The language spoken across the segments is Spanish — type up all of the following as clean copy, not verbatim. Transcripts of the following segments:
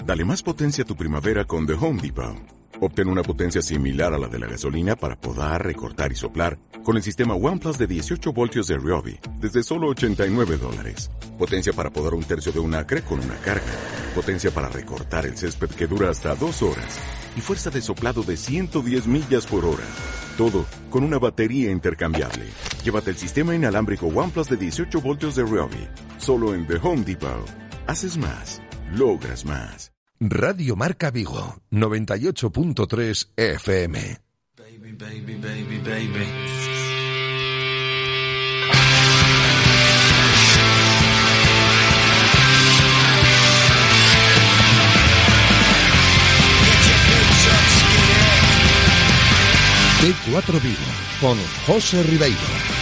Dale más potencia a tu primavera con The Home Depot. Obtén una potencia similar a la de la gasolina para podar, recortar y soplar con el sistema OnePlus de 18 voltios de Ryobi desde solo $89. Potencia para podar un tercio de un acre con una carga. Potencia para recortar el césped que dura hasta 2 horas. Y fuerza de soplado de 110 millas por hora. Todo con una batería intercambiable. Llévate el sistema inalámbrico OnePlus de 18 voltios de Ryobi. Solo en The Home Depot. Haces más. Logras más. Radio Marca Vigo, 98.3 FM. Baby, baby, baby, baby. T4 Vigo, con José Ribeiro.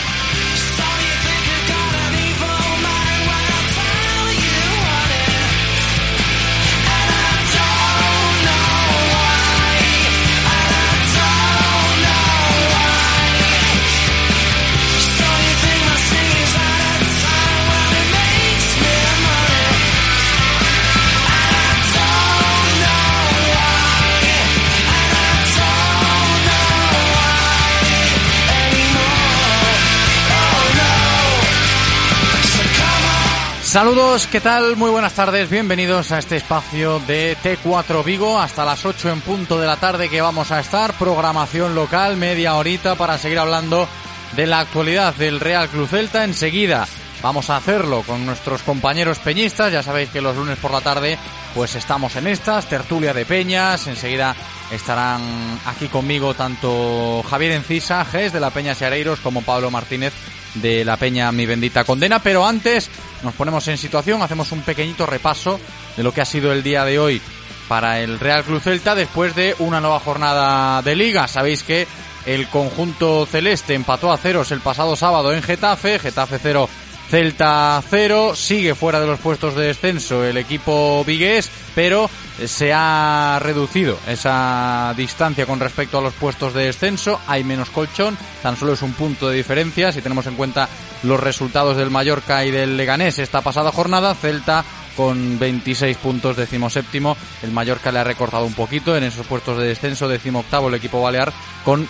Saludos, ¿qué tal? Muy buenas tardes, bienvenidos a este espacio de T4 Vigo, hasta las 8 en punto de la tarde que vamos a estar, programación local, media horita para seguir hablando de la actualidad del Real Club Celta. Enseguida vamos a hacerlo con nuestros compañeros peñistas, ya sabéis que los lunes por la tarde pues estamos en estas, tertulia de peñas, enseguida estarán aquí conmigo tanto Javier Encisa, Ges de la Peña Seareiros, como Pablo Martínez de la Peña Mi Bendita Condena, pero antes nos ponemos en situación, hacemos un pequeñito repaso de lo que ha sido el día de hoy para el Real Club Celta después de una nueva jornada de Liga. Sabéis que el conjunto celeste empató a ceros el pasado sábado en Getafe, Getafe 0, Celta 0, sigue fuera de los puestos de descenso el equipo vigués, pero se ha reducido esa distancia con respecto a los puestos de descenso, hay menos colchón, tan solo es un punto de diferencia si tenemos en cuenta los resultados del Mallorca y del Leganés esta pasada jornada. Celta con 26 puntos, 17º, el Mallorca le ha recortado un poquito en esos puestos de descenso, 18º el equipo balear con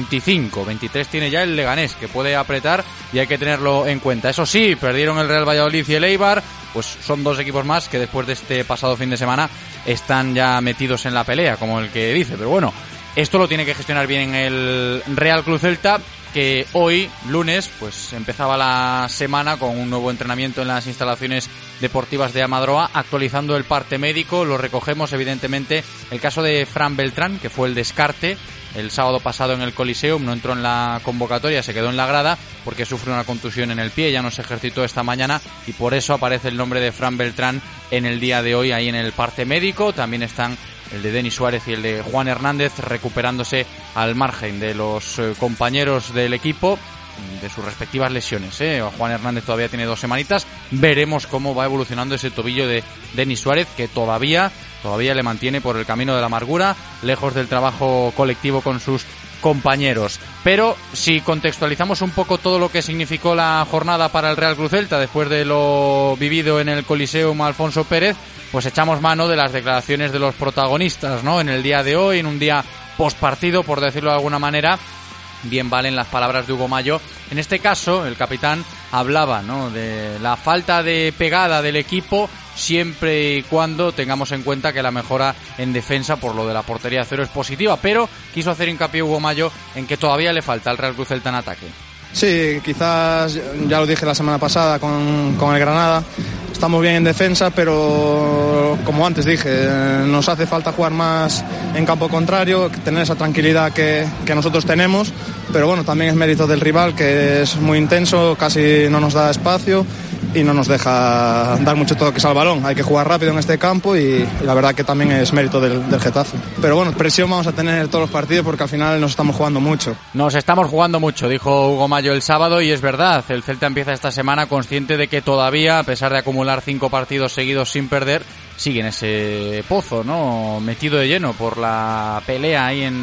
25, 23 tiene ya el Leganés, que puede apretar y hay que tenerlo en cuenta. Eso sí, perdieron el Real Valladolid y el Eibar, pues son dos equipos más que después de este pasado fin de semana están ya metidos en la pelea, como el que dice, pero bueno, esto lo tiene que gestionar bien el Real Club Celta, que hoy, lunes, pues empezaba la semana con un nuevo entrenamiento en las instalaciones deportivas de Amadroa, actualizando el parte médico. Lo recogemos, evidentemente, el caso de Fran Beltrán, que fue el descarte el sábado pasado en el Coliseum, no entró en la convocatoria, se quedó en la grada porque sufrió una contusión en el pie, ya no se ejercitó esta mañana y por eso aparece el nombre de Fran Beltrán en el día de hoy ahí en el parte médico. También están el de Denis Suárez y el de Juan Hernández recuperándose al margen de los compañeros del equipo de sus respectivas lesiones. Juan Hernández todavía tiene 2 semanitas, veremos cómo va evolucionando ese tobillo de Denis Suárez, que todavía le mantiene por el camino de la amargura, lejos del trabajo colectivo con sus compañeros. Pero si contextualizamos un poco todo lo que significó la jornada para el Real Club Celta después de lo vivido en el Coliseum Alfonso Pérez, pues echamos mano de las declaraciones de los protagonistas, ¿no? En el día de hoy, en un día postpartido, por decirlo de alguna manera, bien valen las palabras de Hugo Mallo. En este caso, el capitán hablaba, ¿no?, de la falta de pegada del equipo, siempre y cuando tengamos en cuenta que la mejora en defensa por lo de la portería cero es positiva, pero quiso hacer hincapié Hugo Mallo en que todavía le falta al Real Club Celta en ataque. Sí, quizás, ya lo dije la semana pasada con el Granada, estamos bien en defensa, pero como antes dije, nos hace falta jugar más en campo contrario, tener esa tranquilidad que nosotros tenemos, pero bueno, también es mérito del rival, que es muy intenso, casi no nos da espacio y no nos deja dar mucho toques al balón. Hay que jugar rápido en este campo y la verdad que también es mérito del Getafe. Pero bueno, presión vamos a tener todos los partidos porque al final nos estamos jugando mucho. Nos estamos jugando mucho, dijo Hugo Mallo el sábado, y es verdad, el Celta empieza esta semana consciente de que todavía, a pesar de acumular 5 partidos seguidos sin perder, sigue en ese pozo, ¿no?, metido de lleno por la pelea ahí en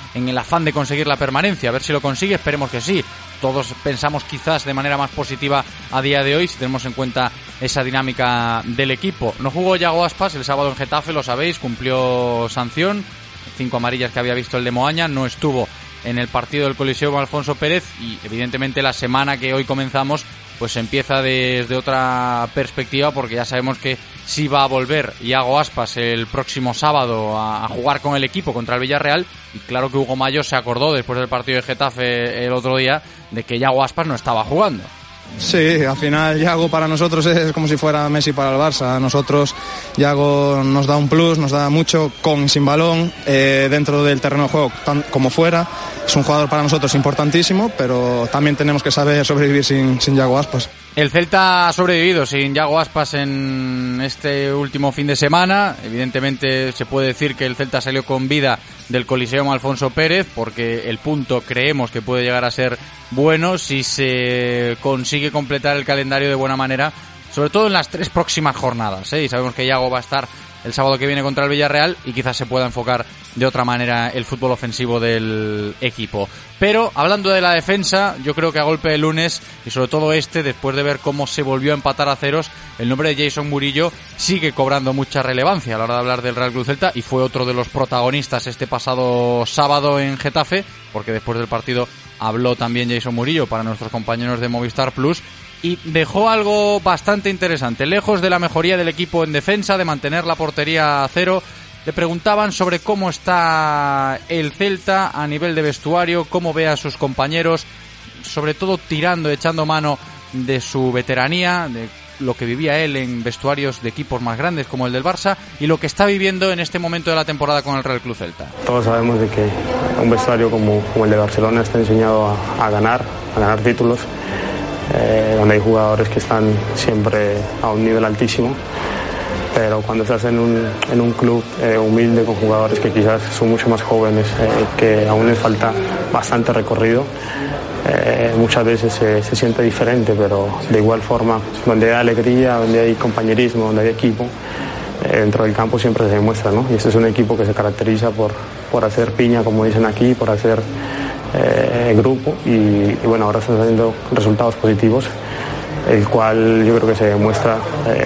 en el afán de conseguir la permanencia. A ver si lo consigue, esperemos que sí. Todos pensamos quizás de manera más positiva a día de hoy, si tenemos en cuenta esa dinámica del equipo. No jugó Yago Aspas el sábado en Getafe, lo sabéis, cumplió sanción, 5 amarillas que había visto el de Moaña, no estuvo en el partido del Coliseum Alfonso Pérez y evidentemente la semana que hoy comenzamos pues empieza desde otra perspectiva, porque ya sabemos que sí va a volver Yago Aspas el próximo sábado a jugar con el equipo contra el Villarreal, y claro que Hugo Mallo se acordó después del partido de Getafe el otro día de que Yago Aspas no estaba jugando. Sí, al final Yago para nosotros es como si fuera Messi para el Barça. A nosotros Yago nos da un plus, nos da mucho con y sin balón, dentro del terreno de juego como fuera. Es un jugador para nosotros importantísimo, pero también tenemos que saber sobrevivir sin Yago Aspas. El Celta ha sobrevivido sin Yago Aspas en este último fin de semana. Evidentemente se puede decir que el Celta salió con vida del Coliseum Alfonso Pérez, porque el punto creemos que puede llegar a ser bueno si se consigue completar el calendario de buena manera, sobre todo en las 3 próximas jornadas, y sabemos que Yago va a estar el sábado que viene contra el Villarreal y quizás se pueda enfocar de otra manera el fútbol ofensivo del equipo. Pero hablando de la defensa, yo creo que a golpe de lunes, y sobre todo después de ver cómo se volvió a empatar a ceros, el nombre de Jason Murillo sigue cobrando mucha relevancia a la hora de hablar del Real Club Celta, y fue otro de los protagonistas este pasado sábado en Getafe, porque después del partido habló también Jason Murillo para nuestros compañeros de Movistar Plus, y dejó algo bastante interesante. Lejos de la mejoría del equipo en defensa, de mantener la portería a cero, le preguntaban sobre cómo está el Celta a nivel de vestuario, cómo ve a sus compañeros, sobre todo echando mano de su veteranía, de lo que vivía él en vestuarios de equipos más grandes como el del Barça, y lo que está viviendo en este momento de la temporada con el Real Club Celta. Todos sabemos de que un vestuario como el de Barcelona está enseñado a ganar títulos, donde hay jugadores que están siempre a un nivel altísimo, pero cuando estás en un club humilde con jugadores que quizás son mucho más jóvenes, que aún les falta bastante recorrido, muchas veces se siente diferente, pero de igual forma, donde hay alegría, donde hay compañerismo, donde hay equipo, dentro del campo siempre se demuestra, ¿no? Y este es un equipo que se caracteriza por hacer piña, como dicen aquí, por hacer grupo, y bueno, ahora están haciendo resultados positivos, el cual yo creo que se demuestra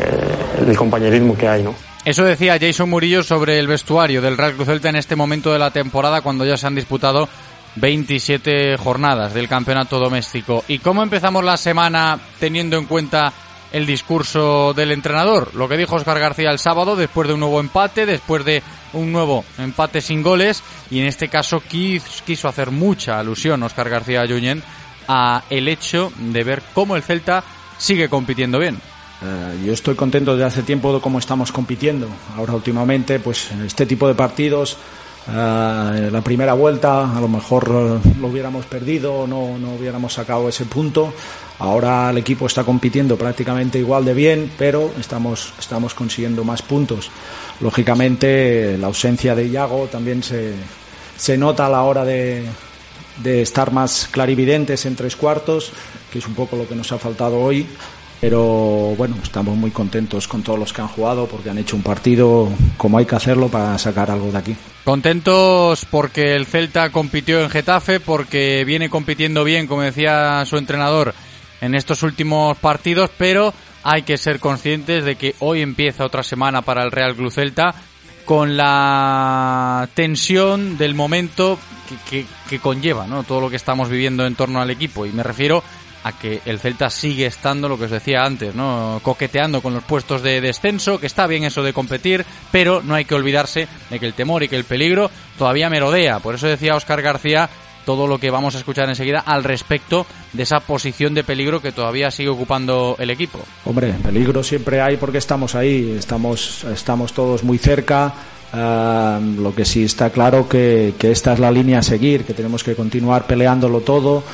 el compañerismo que hay, ¿no? Eso decía Jason Murillo sobre el vestuario del Real Club Celta en este momento de la temporada, cuando ya se han disputado 27 jornadas del campeonato doméstico. ¿Y cómo empezamos la semana teniendo en cuenta el discurso del entrenador? Lo que dijo Óscar García el sábado, después de un nuevo empate, después de un nuevo empate sin goles, y en este caso quiso hacer mucha alusión Óscar García Junyent a el hecho de ver cómo el Celta sigue compitiendo bien. Yo estoy contento desde hace tiempo de cómo estamos compitiendo. Ahora últimamente, pues este tipo de partidos, la primera vuelta a lo mejor lo hubiéramos perdido, no hubiéramos sacado ese punto. Ahora el equipo está compitiendo prácticamente igual de bien, pero estamos consiguiendo más puntos. Lógicamente la ausencia de Yago también se nota a la hora de estar más clarividentes en 3/4, que es un poco lo que nos ha faltado hoy. Pero bueno, estamos muy contentos con todos los que han jugado, porque han hecho un partido como hay que hacerlo para sacar algo de aquí. Contentos porque el Celta compitió en Getafe, porque viene compitiendo bien, como decía su entrenador, en estos últimos partidos, pero hay que ser conscientes de que hoy empieza otra semana para el Real Club Celta, con la tensión del momento que conlleva, ¿no?, todo lo que estamos viviendo en torno al equipo, y me refiero a que el Celta sigue estando, lo que os decía antes, ¿no?, coqueteando con los puestos de descenso, que está bien eso de competir, pero no hay que olvidarse de que el temor y que el peligro todavía merodea. Por eso decía Óscar García todo lo que vamos a escuchar enseguida al respecto de esa posición de peligro que todavía sigue ocupando el equipo. Hombre, peligro siempre hay porque estamos ahí, estamos todos muy cerca. Lo que sí está claro que esta es la línea a seguir, que tenemos que continuar peleándolo todo,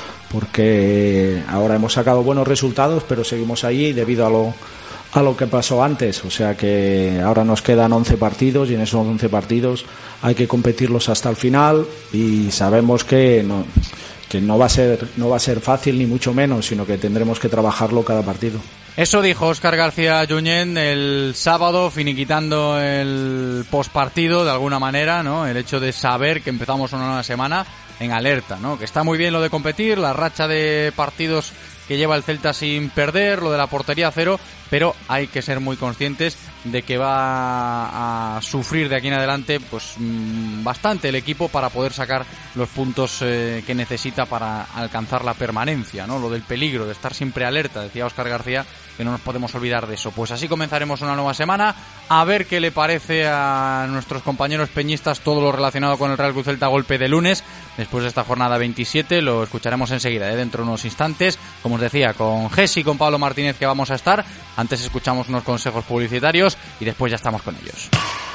porque ahora hemos sacado buenos resultados, pero seguimos ahí debido a lo que pasó antes. O sea que ahora nos quedan 11 partidos y en esos 11 partidos hay que competirlos hasta el final, y sabemos que no va a ser fácil ni mucho menos, sino que tendremos que trabajarlo cada partido. Eso dijo Óscar García Junyent el sábado, finiquitando el postpartido de alguna manera, ¿no? El hecho de saber que empezamos una nueva semana en alerta, ¿no? Que está muy bien lo de competir, la racha de partidos que lleva el Celta sin perder, lo de la portería cero, pero hay que ser muy conscientes de que va a sufrir de aquí en adelante pues bastante el equipo para poder sacar los puntos que necesita para alcanzar la permanencia, ¿no? Lo del peligro, de estar siempre alerta, decía Óscar García, que no nos podemos olvidar de eso. Pues así comenzaremos una nueva semana, a ver qué le parece a nuestros compañeros peñistas todo lo relacionado con el Real Cruz Celta golpe de lunes, después de esta jornada 27, lo escucharemos enseguida, dentro de unos instantes, como os decía, con Jesse y con Pablo Martínez que vamos a estar, antes escuchamos unos consejos publicitarios y después ya estamos con ellos.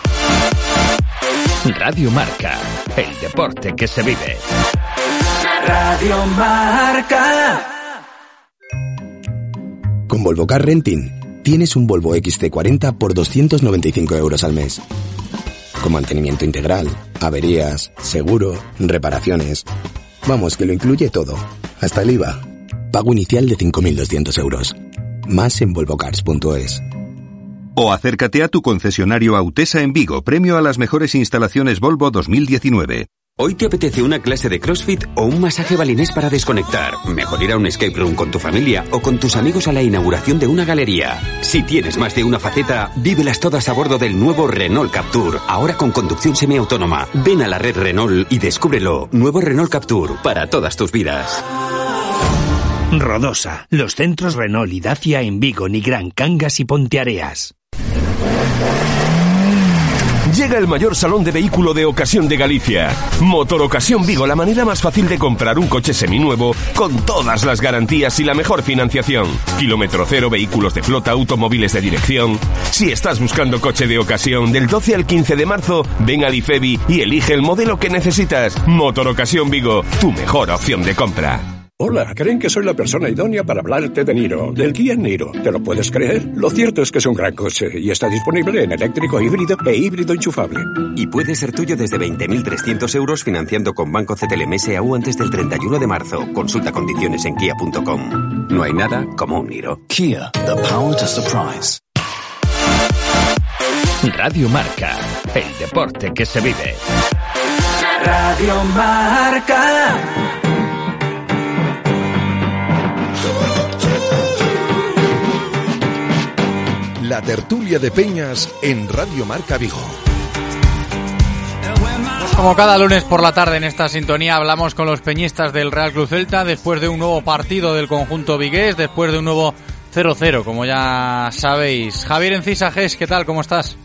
Radio Marca, el deporte que se vive. Radio Marca. Con Volvo Car Renting tienes un Volvo XC40 por 295 € al mes. Con mantenimiento integral, averías, seguro, reparaciones. Vamos, que lo incluye todo, hasta el IVA. Pago inicial de 5.200 €. Más en volvocars.es. O acércate a tu concesionario Autesa en Vigo, premio a las mejores instalaciones Volvo 2019. ¿Hoy te apetece una clase de CrossFit o un masaje balinés para desconectar? Mejor ir a un escape room con tu familia o con tus amigos a la inauguración de una galería. Si tienes más de una faceta, vívelas todas a bordo del nuevo Renault Captur, ahora con conducción semiautónoma. Ven a la red Renault y descúbrelo. Nuevo Renault Captur, para todas tus vidas. Rodosa, los centros Renault y Dacia en Vigo, Nigrán, Cangas y Ponteareas. Llega el mayor salón de vehículo de ocasión de Galicia. Motor Ocasión Vigo, la manera más fácil de comprar un coche seminuevo con todas las garantías y la mejor financiación. Kilómetro cero, vehículos de flota, automóviles de dirección. Si estás buscando coche de ocasión, del 12 al 15 de marzo, ven a Difebi y elige el modelo que necesitas. Motor Ocasión Vigo, tu mejor opción de compra. Hola, creen que soy la persona idónea para hablarte de Niro, del Kia Niro. ¿Te lo puedes creer? Lo cierto es que es un gran coche y está disponible en eléctrico híbrido e híbrido enchufable. Y puede ser tuyo desde 20.300 € financiando con Banco CTLM S.A.U. antes del 31 de marzo. Consulta condiciones en kia.com. No hay nada como un Niro. Kia, the power to surprise. Radio Marca, el deporte que se vive. Radio Marca. La tertulia de Peñas en Radio Marca Vigo. Como cada lunes por la tarde en esta sintonía hablamos con los peñistas del Real Cruz Celta después de un nuevo partido del conjunto vigués, después de un nuevo 0-0, como ya sabéis. Javier Encisa, Ges, ¿qué tal? ¿Cómo estás?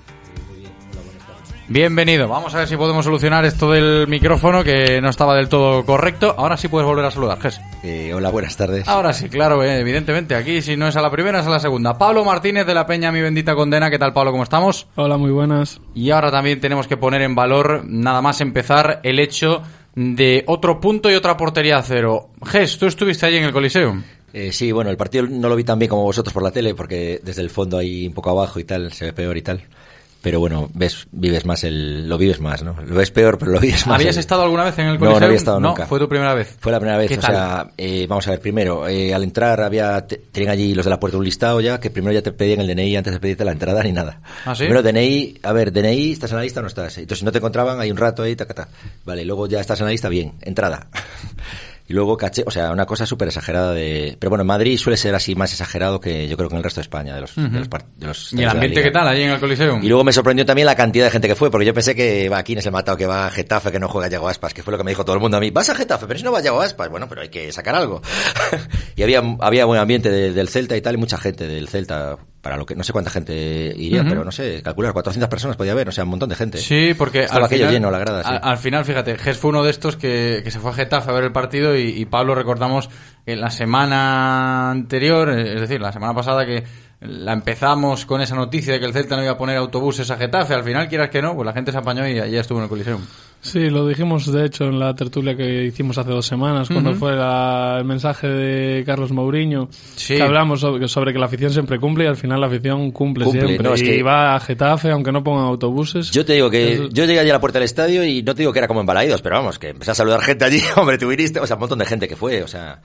Bienvenido. Vamos a ver si podemos solucionar esto del micrófono que no estaba del todo correcto. Ahora sí puedes volver a saludar, Ges. Hola, buenas tardes. Ahora sí, claro, evidentemente. Aquí si no es a la primera es a la segunda. Pablo Martínez de la Peña Mi Bendita Condena. ¿Qué tal, Pablo? ¿Cómo estamos? Hola, muy buenas. Y ahora también tenemos que poner en valor, nada más empezar, el hecho de otro punto y otra portería cero. Ges, ¿tú estuviste allí en el Coliseum? Sí, bueno, el partido no lo vi tan bien como vosotros por la tele porque desde el fondo ahí un poco abajo y tal, se ve peor y tal. Pero bueno, vives más lo vives más, ¿no? Lo ves peor, pero lo vives más. ¿Habías estado alguna vez en el Coliseum? No había estado nunca. ¿Fue tu primera vez? Fue la primera vez, ¿Qué o tal? sea, vamos a ver, primero, al entrar tenían allí los de la puerta un listado ya, que primero ya te pedían el DNI antes de pedirte la entrada ni nada. ¿Ah, sí? Primero DNI, ¿estás en la lista o no estás? Entonces si no te encontraban, hay un rato ahí, tacata. Vale, luego ya estás en la lista, bien, entrada. Y luego caché, o sea, una cosa súper exagerada pero bueno, en Madrid suele ser así más exagerado que yo creo que en el resto de España, de los ¿Y el ambiente qué tal allí en el Coliseum? Y luego me sorprendió también la cantidad de gente que fue, porque yo pensé que va Aquines el matado, que va a Getafe, que no juega Yago Aspas, que fue lo que me dijo todo el mundo a mí. ¿Vas a Getafe? Pero si no va Yago Aspas. Bueno, pero hay que sacar algo. Y había buen ambiente del Celta y tal, y mucha gente del Celta, para lo que no sé cuánta gente iría, pero no sé, calcular 400 personas podía haber, o sea, un montón de gente. Sí, porque estaba aquello final, lleno, la grada. Sí. Al final, fíjate, Ges fue uno de estos que se fue a Getafe a ver el partido y Pablo, recordamos que la semana anterior, es decir, la semana pasada que la empezamos con esa noticia de que el Celta no iba a poner autobuses a Getafe, al final, quieras que no, pues la gente se apañó y ya estuvo en el Coliseum. Sí, lo dijimos de hecho en la tertulia que hicimos hace 2 semanas, cuando fue el mensaje de Carlos Mourinho, que hablamos sobre que la afición siempre cumple y al final la afición cumple siempre. No, y va a Getafe aunque no pongan autobuses. Yo te digo que yo llegué allí a la puerta del estadio y no te digo que era como en Balaidos, pero vamos, que empecé a saludar gente allí, hombre, tú viniste, o sea, un montón de gente que fue, o sea...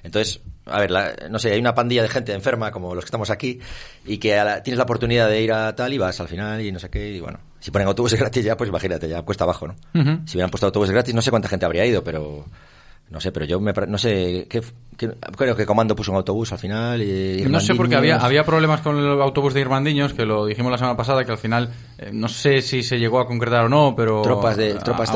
Entonces, a ver, no sé, hay una pandilla de gente enferma como los que estamos aquí y que tienes la oportunidad de ir a tal y vas al final y no sé qué, y bueno, si ponen autobuses gratis ya, pues imagínate, ya cuesta abajo, ¿no? Uh-huh. Si hubieran puesto autobuses gratis, no sé cuánta gente habría ido, pero no sé, pero yo no sé, creo que Comando puso un autobús al final. No sé, porque había problemas con el autobús de Irmandiños, que lo dijimos la semana pasada, que al final, no sé si se llegó a concretar o no, pero tropas de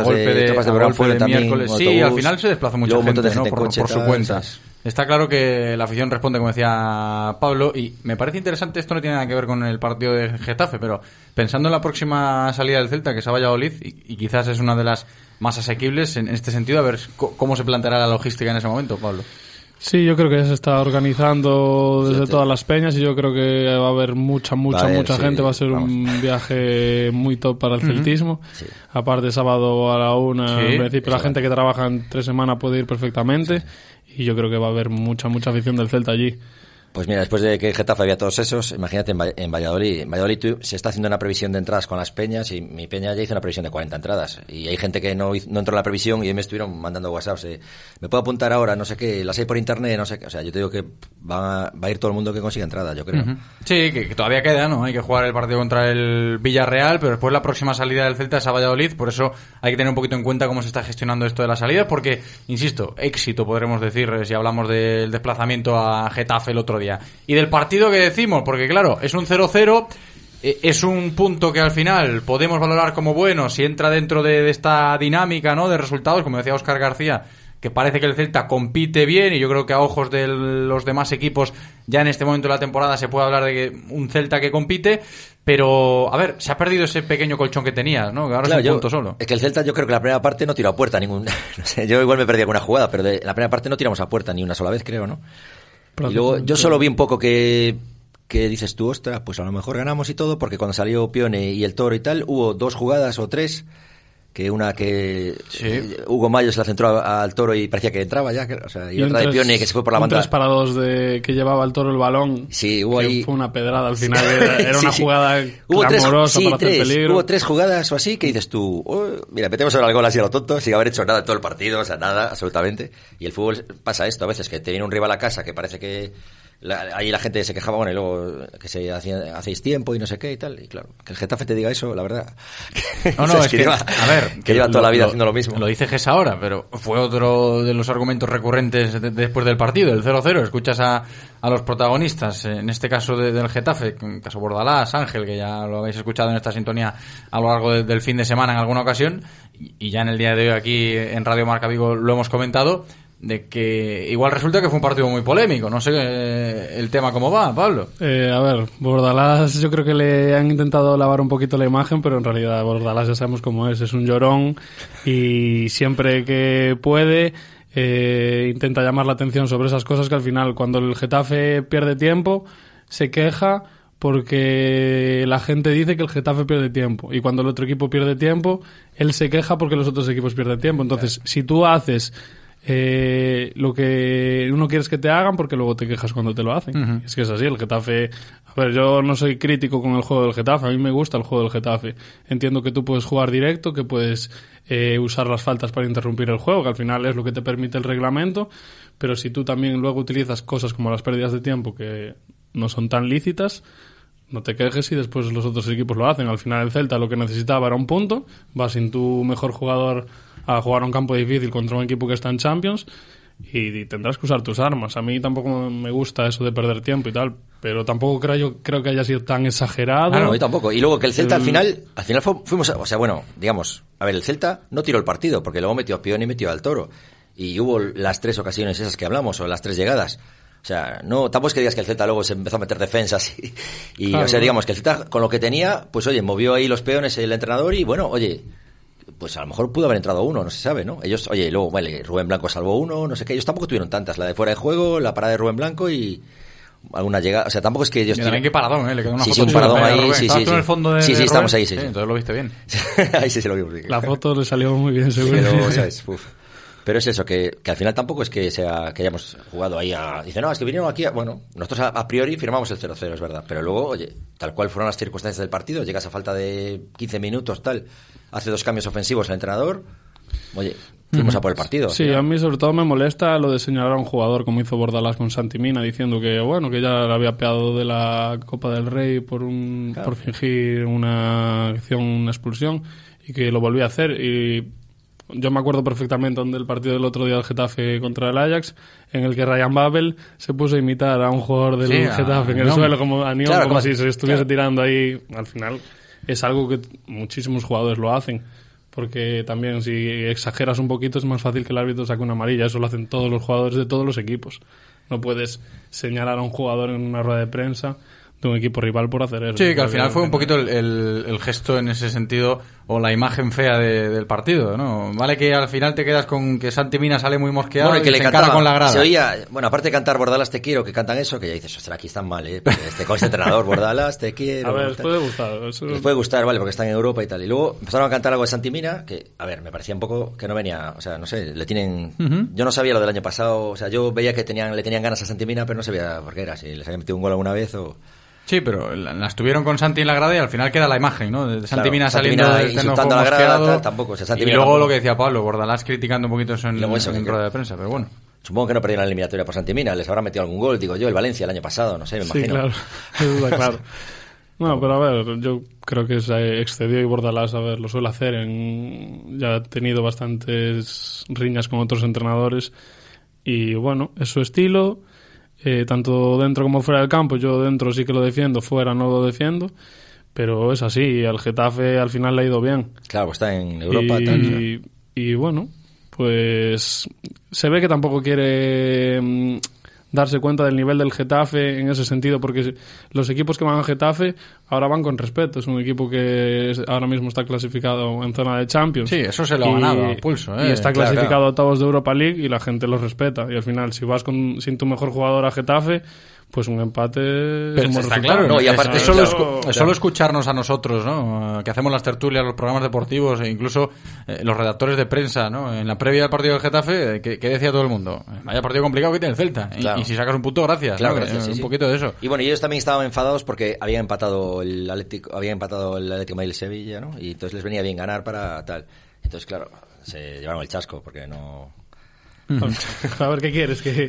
Verón fueron también, miércoles, autobús, sí, al final se desplazó mucha gente, ¿no? por su cuenta. Está claro que la afición responde, como decía Pablo, y me parece interesante, esto no tiene nada que ver con el partido de Getafe, pero pensando en la próxima salida del Celta, que es a Valladolid, y quizás es una de las más asequibles en este sentido, a ver cómo se planteará la logística en ese momento, Pablo. Sí, yo creo que ya se está organizando desde todas las peñas y yo creo que va a haber mucha gente, va a ser un viaje muy top para el celtismo. Sí. Aparte, sábado a la 1, en principio la gente que trabaja entre semana puede ir perfectamente y yo creo que va a haber mucha afición del Celta allí. Pues mira, después de que Getafe había todos esos, imagínate en Valladolid. En Valladolid se está haciendo una previsión de entradas con las peñas y mi peña ya hizo una previsión de 40 entradas. Y hay gente que no entró en la previsión y hoy me estuvieron mandando WhatsApps. Me puedo apuntar ahora, no sé qué, las hay por internet, no sé qué. O sea, yo te digo que va a ir todo el mundo que consiga entrada, yo creo. Uh-huh. Sí, que todavía queda, ¿no? Hay que jugar el partido contra el Villarreal, pero después la próxima salida del Celta es a Valladolid. Por eso hay que tener un poquito en cuenta cómo se está gestionando esto de las salidas, porque, insisto, éxito podremos decir si hablamos del desplazamiento a Getafe el otro día. Y del partido que decimos, porque claro, es un 0-0, es un punto que al final podemos valorar como bueno si entra dentro de esta dinámica, ¿no?, de resultados, como decía Óscar García, que parece que el Celta compite bien y yo creo que a ojos de los demás equipos ya en este momento de la temporada se puede hablar de que un Celta que compite, pero a ver, se ha perdido ese pequeño colchón que tenías, ¿no? Que ahora claro, es un punto solo. Es que el Celta yo creo que la primera parte no tiró a puerta no sé, yo igual me perdí alguna jugada, pero de la primera parte no tiramos a puerta ni una sola vez, creo, ¿no? Y luego yo solo vi un poco que dices tú, ostras, pues a lo mejor ganamos y todo, porque cuando salió Pione y el Toro y tal, hubo 2 jugadas o 3, que una que Hugo Mayo se la centró al Toro y parecía que entraba ya, o sea, y otra de Pione que se fue por la banda. 3 para 2 que llevaba el Toro el balón. Sí, hubo ahí fue una pedrada al final, era una jugada clamorosa para hacer peligro. Hubo 3 jugadas o así que dices tú, mira, metemos ahora el gol así a lo tonto, sin haber hecho nada en todo el partido, o sea, nada, absolutamente. Y el fútbol pasa esto a veces, que te viene un rival a casa que parece que ahí la gente se quejaba, bueno, y luego que hacéis tiempo y no sé qué y tal, y claro, que el Getafe te diga eso, la verdad. No, es que a ver, que lleva toda la vida haciendo lo mismo. Lo dice Gesa ahora, pero fue otro de los argumentos recurrentes después del partido, el 0-0. Escuchas a los protagonistas, en este caso del Getafe, en caso Bordalás, Ángel, que ya lo habéis escuchado en esta sintonía a lo largo del fin de semana en alguna ocasión, y ya en el día de hoy aquí en Radio Marca Vigo lo hemos comentado, de que igual resulta que fue un partido muy polémico. No sé el tema cómo va, Pablo. A ver, Bordalás yo creo que le han intentado lavar un poquito la imagen, pero en realidad Bordalás ya sabemos cómo es un llorón y siempre que puede intenta llamar la atención sobre esas cosas que al final cuando el Getafe pierde tiempo se queja porque la gente dice que el Getafe pierde tiempo y cuando el otro equipo pierde tiempo él se queja porque los otros equipos pierden tiempo. Entonces, si tú haces lo que uno quieres que te hagan porque luego te quejas cuando te lo hacen. Uh-huh. Es que es así, el Getafe... A ver, yo no soy crítico con el juego del Getafe, a mí me gusta el juego del Getafe. Entiendo que tú puedes jugar directo, que puedes usar las faltas para interrumpir el juego, que al final es lo que te permite el reglamento, pero si tú también luego utilizas cosas como las pérdidas de tiempo que no son tan lícitas, no te quejes y después los otros equipos lo hacen. Al final el Celta lo que necesitaba era un punto, va sin tu mejor jugador a jugar a un campo difícil contra un equipo que está en Champions y tendrás que usar tus armas. A mí tampoco me gusta eso de perder tiempo y tal, pero tampoco creo que haya sido tan exagerado. No, yo tampoco. Y luego que el Celta al final fuimos, o sea, bueno, digamos, a ver, el Celta no tiró el partido porque luego metió a Pione y metió al Toro y hubo las 3 ocasiones esas que hablamos o las 3 llegadas. O sea, no, tampoco es que digas que el Celta luego se empezó a meter defensas y claro, o sea, digamos que el Celta con lo que tenía, pues oye, movió ahí los peones el entrenador y bueno, oye, pues a lo mejor pudo haber entrado uno, no se sabe, ¿no? Ellos, oye, luego, vale, Rubén Blanco salvó uno, no sé qué, ellos tampoco tuvieron tantas, la de fuera de juego, la parada de Rubén Blanco y alguna llegada, o sea, tampoco es que ellos también qué paradón, le quedó una foto un paradón ahí, sí, en el fondo de sí, estamos ahí, sí. Entonces lo viste bien. Ahí sí lo vimos bien. La foto le salió muy bien, seguro. Pero, ¿sabes? Pero es eso, que al final tampoco es que hayamos jugado ahí dice, no, es que vinieron aquí bueno, nosotros a priori firmamos el 0-0, es verdad, pero luego, oye, tal cual fueron las circunstancias del partido, llegas a falta de 15 minutos, tal, hace 2 cambios ofensivos el entrenador, oye, fuimos a por el partido. Sí, a mí sobre todo me molesta lo de señalar a un jugador como hizo Bordalás con Santi Mina, diciendo que bueno, que ya le había peado de la Copa del Rey por fingir una acción, una expulsión, y que lo volvía a hacer. Y yo me acuerdo perfectamente del partido del otro día del Getafe contra el Ajax, en el que Ryan Babel se puso a imitar a un jugador del Getafe en el suelo, como a Nión, como si se estuviese tirando ahí. Al final es algo que muchísimos jugadores lo hacen, porque también si exageras un poquito es más fácil que el árbitro saque una amarilla. Eso lo hacen todos los jugadores de todos los equipos. No puedes señalar a un jugador en una rueda de prensa de un equipo rival por hacer eso. Sí, que al final fue un poquito el gesto en ese sentido, o la imagen fea del partido, ¿no? Vale que al final te quedas con que Santi Mina sale muy mosqueado, bueno, y que se cantaba con la grada. Se oía, bueno, aparte de cantar Bordalas te quiero, que cantan eso, que ya dices, ostras, aquí están mal, con este entrenador, Bordalas te quiero. A ver, les puede gustar. Les puede gustar, vale, porque están en Europa y tal. Y luego empezaron a cantar algo de Santi Mina, que, a ver, me parecía un poco que no venía, o sea, no sé, le tienen... Yo no sabía lo del año pasado, o sea, yo veía que le tenían ganas a Santi Mina, pero no sabía por qué era, si les había metido un gol alguna vez o... Sí, pero las tuvieron con Santi en la grada y al final queda la imagen, ¿no? De Santi Mina saliendo del insultando a la grada, tampoco. O sea, y luego lo que decía Pablo, Bordalás criticando un poquito eso en rueda de prensa, pero bueno. Supongo que no perdieron la eliminatoria por Santi Mina, les habrá metido algún gol, digo yo, el Valencia el año pasado, no sé, me imagino. Sí, claro, es duda, claro. Bueno, pero a ver, yo creo que se excedió y Bordalás, a ver, lo suele hacer. Ya ha tenido bastantes riñas con otros entrenadores y bueno, es su estilo. Tanto dentro como fuera del campo. Yo dentro sí que lo defiendo, fuera no lo defiendo, pero es así. Al Getafe al final le ha ido bien. Claro, está en Europa. Y bueno, pues se ve que tampoco quiere darse cuenta del nivel del Getafe en ese sentido, porque los equipos que van al Getafe ahora van con respeto. Es un equipo que ahora mismo está clasificado en zona de Champions. Sí, eso se lo ha ganado a pulso. Y está clasificado a octavos de Europa League y la gente los respeta. Y al final, si vas sin tu mejor jugador a Getafe, pues un empate pero está claro, ¿no? Y aparte solo escucharnos a nosotros, ¿no? Que hacemos las tertulias, los programas deportivos e incluso los redactores de prensa, ¿no? En la previa del partido del Getafe, ¿qué decía todo el mundo? Vaya partido complicado que tiene el Celta. Claro. Y si sacas un punto, gracias. Claro, ¿no? Gracias, un poquito de eso. Y bueno, ellos también estaban enfadados porque habían empatado el Atlético Madrid Sevilla, ¿no? Y entonces les venía bien ganar para tal. Entonces, claro, se llevaron el chasco porque no... A ver, ¿qué quieres? Que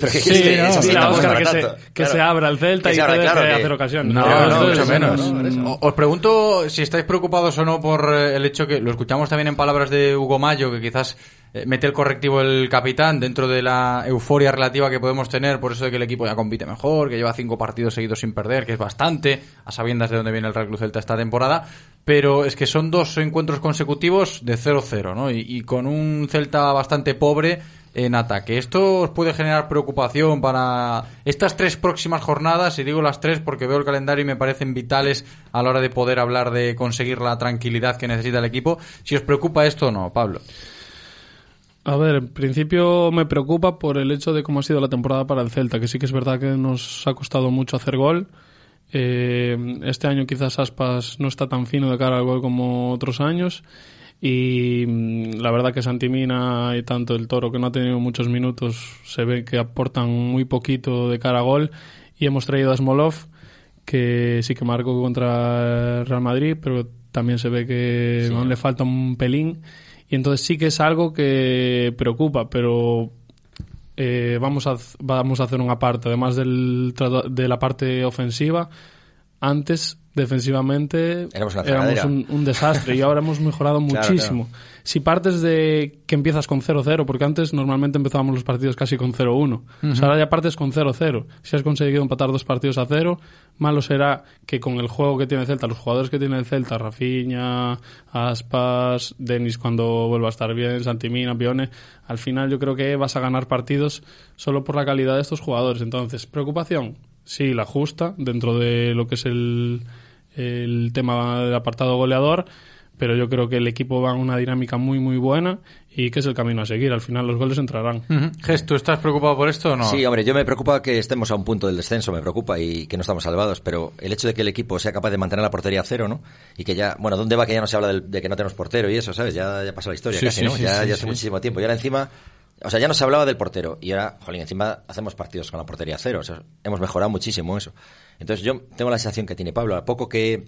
Claro. se abra el Celta y que hacer ocasiones. No, mucho menos. Os pregunto si estáis preocupados o no por el hecho que lo escuchamos también en palabras de Hugo Mayo, que quizás mete el correctivo el capitán dentro de la euforia relativa que podemos tener por eso de que el equipo ya compite mejor, que lleva 5 partidos seguidos sin perder, que es bastante, a sabiendas de dónde viene el Real Club Celta esta temporada, pero es que son 2 encuentros consecutivos de 0-0, ¿no? Y con un Celta bastante pobre en ataque. ¿Esto os puede generar preocupación para estas 3 próximas jornadas? Y digo las 3 porque veo el calendario y me parecen vitales a la hora de poder hablar de conseguir la tranquilidad que necesita el equipo. Si os preocupa esto o no, Pablo. A ver, en principio me preocupa por el hecho de cómo ha sido la temporada para el Celta, que sí que es verdad que nos ha costado mucho hacer gol. Este año quizás Aspas no está tan fino de cara al gol como otros años. Y la verdad que Santi Mina y tanto el Toro, que no ha tenido muchos minutos, se ve que aportan muy poquito de cara a gol. Y hemos traído a Smolov, que sí que marcó contra el Real Madrid, pero también se ve que aún le falta un pelín. Y entonces sí que es algo que preocupa, pero vamos a hacer una parte, además de la parte ofensiva. Antes, defensivamente, éramos un desastre y ahora hemos mejorado muchísimo. Claro. Si partes de que empiezas con 0-0, porque antes normalmente empezábamos los partidos casi con 0-1, o sea, ahora ya partes con 0-0. Si has conseguido empatar 2 partidos a 0, malo será que con el juego que tiene el Celta, los jugadores que tiene el Celta, Rafinha, Aspas, Denis cuando vuelva a estar bien, Santi Mina, Pione, al final yo creo que vas a ganar partidos solo por la calidad de estos jugadores. Entonces, preocupación, sí, la justa dentro de lo que es el tema del apartado goleador, pero yo creo que el equipo va en una dinámica muy muy buena y que es el camino a seguir. Al final los goles entrarán. Ges, ¿tú estás preocupado por esto o no? Sí, hombre, yo me preocupa que estemos a un punto del descenso, me preocupa, y que no estamos salvados, pero el hecho de que el equipo sea capaz de mantener la portería a 0, ¿no? Y que ya, bueno, ¿dónde va que ya no se habla de que no tenemos portero y eso, ¿sabes? Ya pasó la historia casi, ¿no? Ya hace muchísimo tiempo. Y ahora encima, o sea, ya no se hablaba del portero y ahora, jolín, encima hacemos partidos con la portería a 0, o sea, hemos mejorado muchísimo eso. Entonces yo tengo la sensación que tiene Pablo, a poco que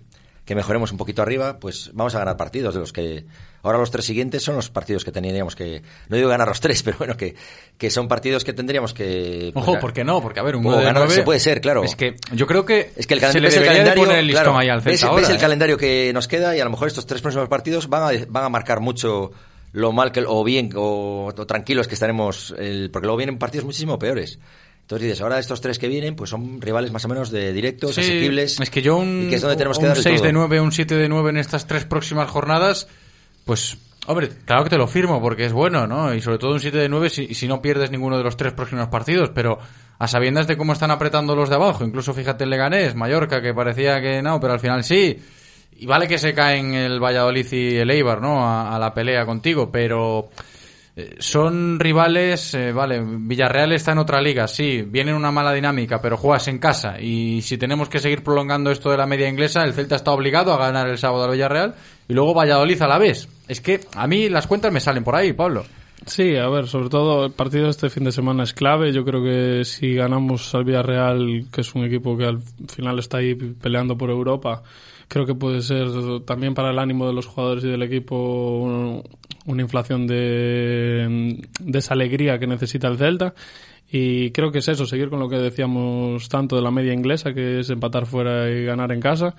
que mejoremos un poquito arriba, pues vamos a ganar partidos de los que... Ahora los 3 siguientes son los partidos que tendríamos que... No digo ganar los 3, pero bueno, que son partidos que tendríamos que... Ojo, ¿por qué no? Porque, a ver, un 9 de 9... Se puede ser, claro. Es que yo creo que, es que el se le debería de poner el listón claro, ahí al Celta ahora. Ves el calendario que nos queda y a lo mejor estos 3 próximos partidos van a marcar mucho lo mal que... O bien, o tranquilos que estaremos... porque luego vienen partidos muchísimo peores. Entonces dices, ahora estos 3 que vienen, pues son rivales más o menos de directos, sí, asequibles. Es que yo y que es donde tenemos que dar un 6 de 9, un 7 de 9 en estas 3 próximas jornadas, pues, hombre, claro que te lo firmo porque es bueno, ¿no? Y sobre todo un 7 de 9 si no pierdes ninguno de los 3 próximos partidos, pero a sabiendas de cómo están apretando los de abajo, incluso fíjate el Leganés, Mallorca, que parecía que no, pero al final sí. Y vale que se caen el Valladolid y el Eibar, ¿no? A la pelea contigo, pero... Son rivales, vale, Villarreal está en otra liga, sí, viene en una mala dinámica, pero juegas en casa y si tenemos que seguir prolongando esto de la media inglesa, el Celta está obligado a ganar el sábado al Villarreal y luego Valladolid a la vez. Es que a mí las cuentas me salen por ahí, Pablo. Sí, a ver, sobre todo el partido de este fin de semana es clave. Yo creo que si ganamos al Villarreal, que es un equipo que al final está ahí peleando por Europa, creo que puede ser también para el ánimo de los jugadores y del equipo una inflación de esa alegría que necesita el Celta. Y creo que es eso, seguir con lo que decíamos tanto de la media inglesa, que es empatar fuera y ganar en casa.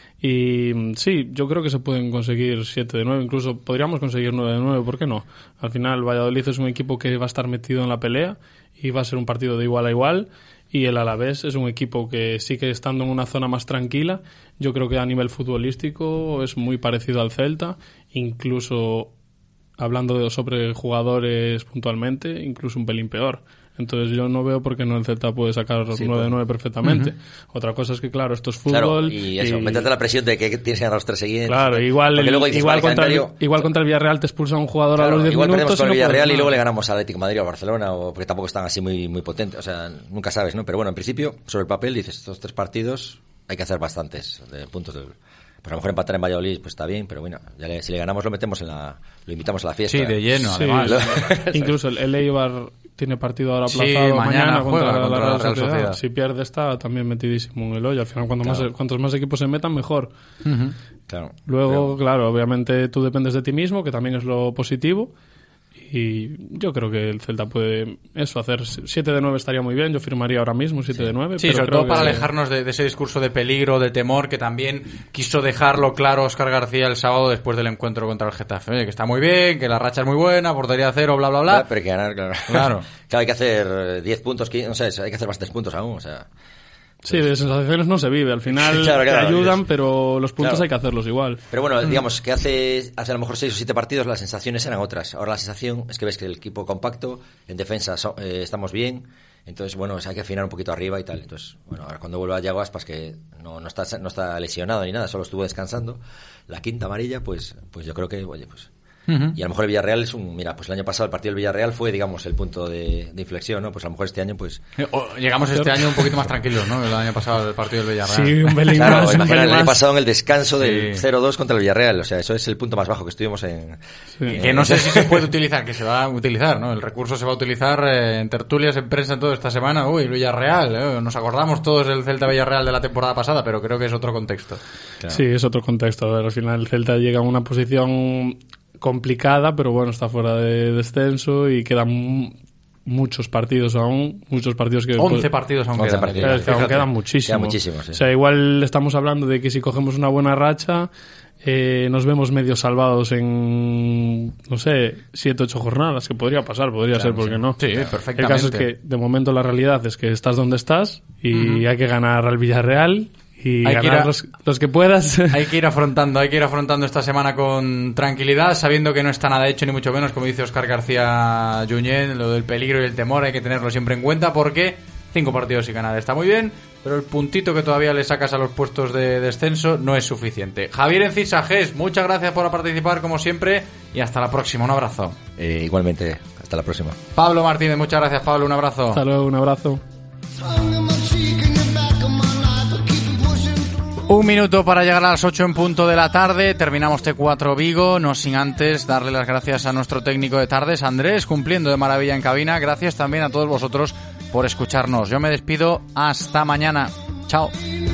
Y sí, yo creo que se pueden conseguir 7 de 9, incluso podríamos conseguir 9 de 9, ¿por qué no? Al final Valladolid es un equipo que va a estar metido en la pelea y va a ser un partido de igual a igual, y el Alavés es un equipo que sigue estando en una zona más tranquila. Yo creo que a nivel futbolístico es muy parecido al Celta, incluso hablando sobre jugadores puntualmente, incluso un pelín peor. Entonces yo no veo por qué no el Celta puede sacar 9 de 9 perfectamente. Otra cosa es que, claro, esto es fútbol. Claro, y eso, métete la presión de que tienes que ganar los 3 siguientes. Claro, igual contra el Villarreal te expulsa un jugador a los 10 minutos. Igual perdemos con el Villarreal y luego le ganamos al Atlético de Madrid o a Barcelona, porque tampoco están así muy potentes. O sea, nunca sabes, ¿no? Pero bueno, en principio, sobre el papel, dices, estos 3 partidos hay que hacer bastantes de puntos de... Pues a lo mejor empatar en Valladolid pues está bien, pero bueno, si le ganamos lo invitamos a la fiesta. Sí, de lleno, además. Incluso el Eibar tiene partido ahora aplazado mañana contra la Real Sociedad. Si pierde está también metidísimo en el hoyo. Al final, cuantos más equipos se metan, mejor. Claro. Luego, claro, obviamente tú dependes de ti mismo, que también es lo positivo. Y yo creo que el Celta puede hacer 7 de 9 estaría muy bien. Yo firmaría ahora mismo 7 de 9. Sí, pero sobre todo para alejarnos de ese discurso de peligro, de temor, que también quiso dejarlo claro Óscar García el sábado después del encuentro contra el Getafe. Oye, que está muy bien, que la racha es muy buena, portería 0, bla, bla, bla. Claro, pero hay que ganar, claro. Claro, hay que hacer 10 puntos, no sé, hay que hacer bastantes puntos aún, o sea... Sí, de sensaciones no se vive. Al final te ayudan, pero los puntos hay que hacerlos igual. Pero bueno, digamos que hace a lo mejor 6 o 7 partidos las sensaciones eran otras. Ahora la sensación es que ves que el equipo compacto, en defensa estamos bien. Entonces, bueno, hay que afinar un poquito arriba y tal. Entonces, bueno, ahora cuando vuelva Yago Aspas, que no está lesionado ni nada, solo estuvo descansando, la quinta amarilla, pues yo creo que, oye, pues... Y a lo mejor el Villarreal es pues el año pasado el partido del Villarreal fue, digamos, el punto de inflexión, ¿no? Pues a lo mejor este año, pues... Llegamos este año un poquito más tranquilos, ¿no? El año pasado el partido del Villarreal. Sí, un pelín claro, más. Imagina el año pasado en el descanso del 0-2 contra el Villarreal, o sea, eso es el punto más bajo que estuvimos en... Que no sé si se puede utilizar, que se va a utilizar, ¿no? El recurso se va a utilizar en tertulias, en prensa, en todo esta semana. Uy, el Villarreal, nos acordamos todos del Celta Villarreal de la temporada pasada, pero creo que es otro contexto. Claro. Sí, es otro contexto. A ver, al final el Celta llega a una posición complicada, pero bueno, está fuera de descenso y quedan muchos partidos aún, muchos partidos que... 11 partidos aún quedan. Quedan muchísimos. Quedan muchísimos, sí. O sea, igual estamos hablando de que si cogemos una buena racha, nos vemos medio salvados en, no sé, 7, 8 jornadas, que podría pasar, ser, ¿por qué no? Sí, perfectamente. El caso es que, de momento, la realidad es que estás donde estás y hay que ganar al Villarreal y hay ganar los que puedas. Hay que ir afrontando esta semana con tranquilidad, sabiendo que no está nada hecho, ni mucho menos, como dice Óscar García Junyent, lo del peligro y el temor hay que tenerlo siempre en cuenta, porque 5 partidos sin ganar está muy bien, pero el puntito que todavía le sacas a los puestos de descenso no es suficiente. Javier Encisa, Ges, muchas gracias por participar como siempre y hasta la próxima, un abrazo. Igualmente, hasta la próxima. Pablo Martínez, muchas gracias, Pablo, un abrazo. Hasta luego, un abrazo. Un minuto para llegar a las 8 en punto de la tarde. Terminamos T4 Vigo, no sin antes darle las gracias a nuestro técnico de tardes, Andrés, cumpliendo de maravilla en cabina. Gracias también a todos vosotros por escucharnos. Yo me despido, hasta mañana. Chao.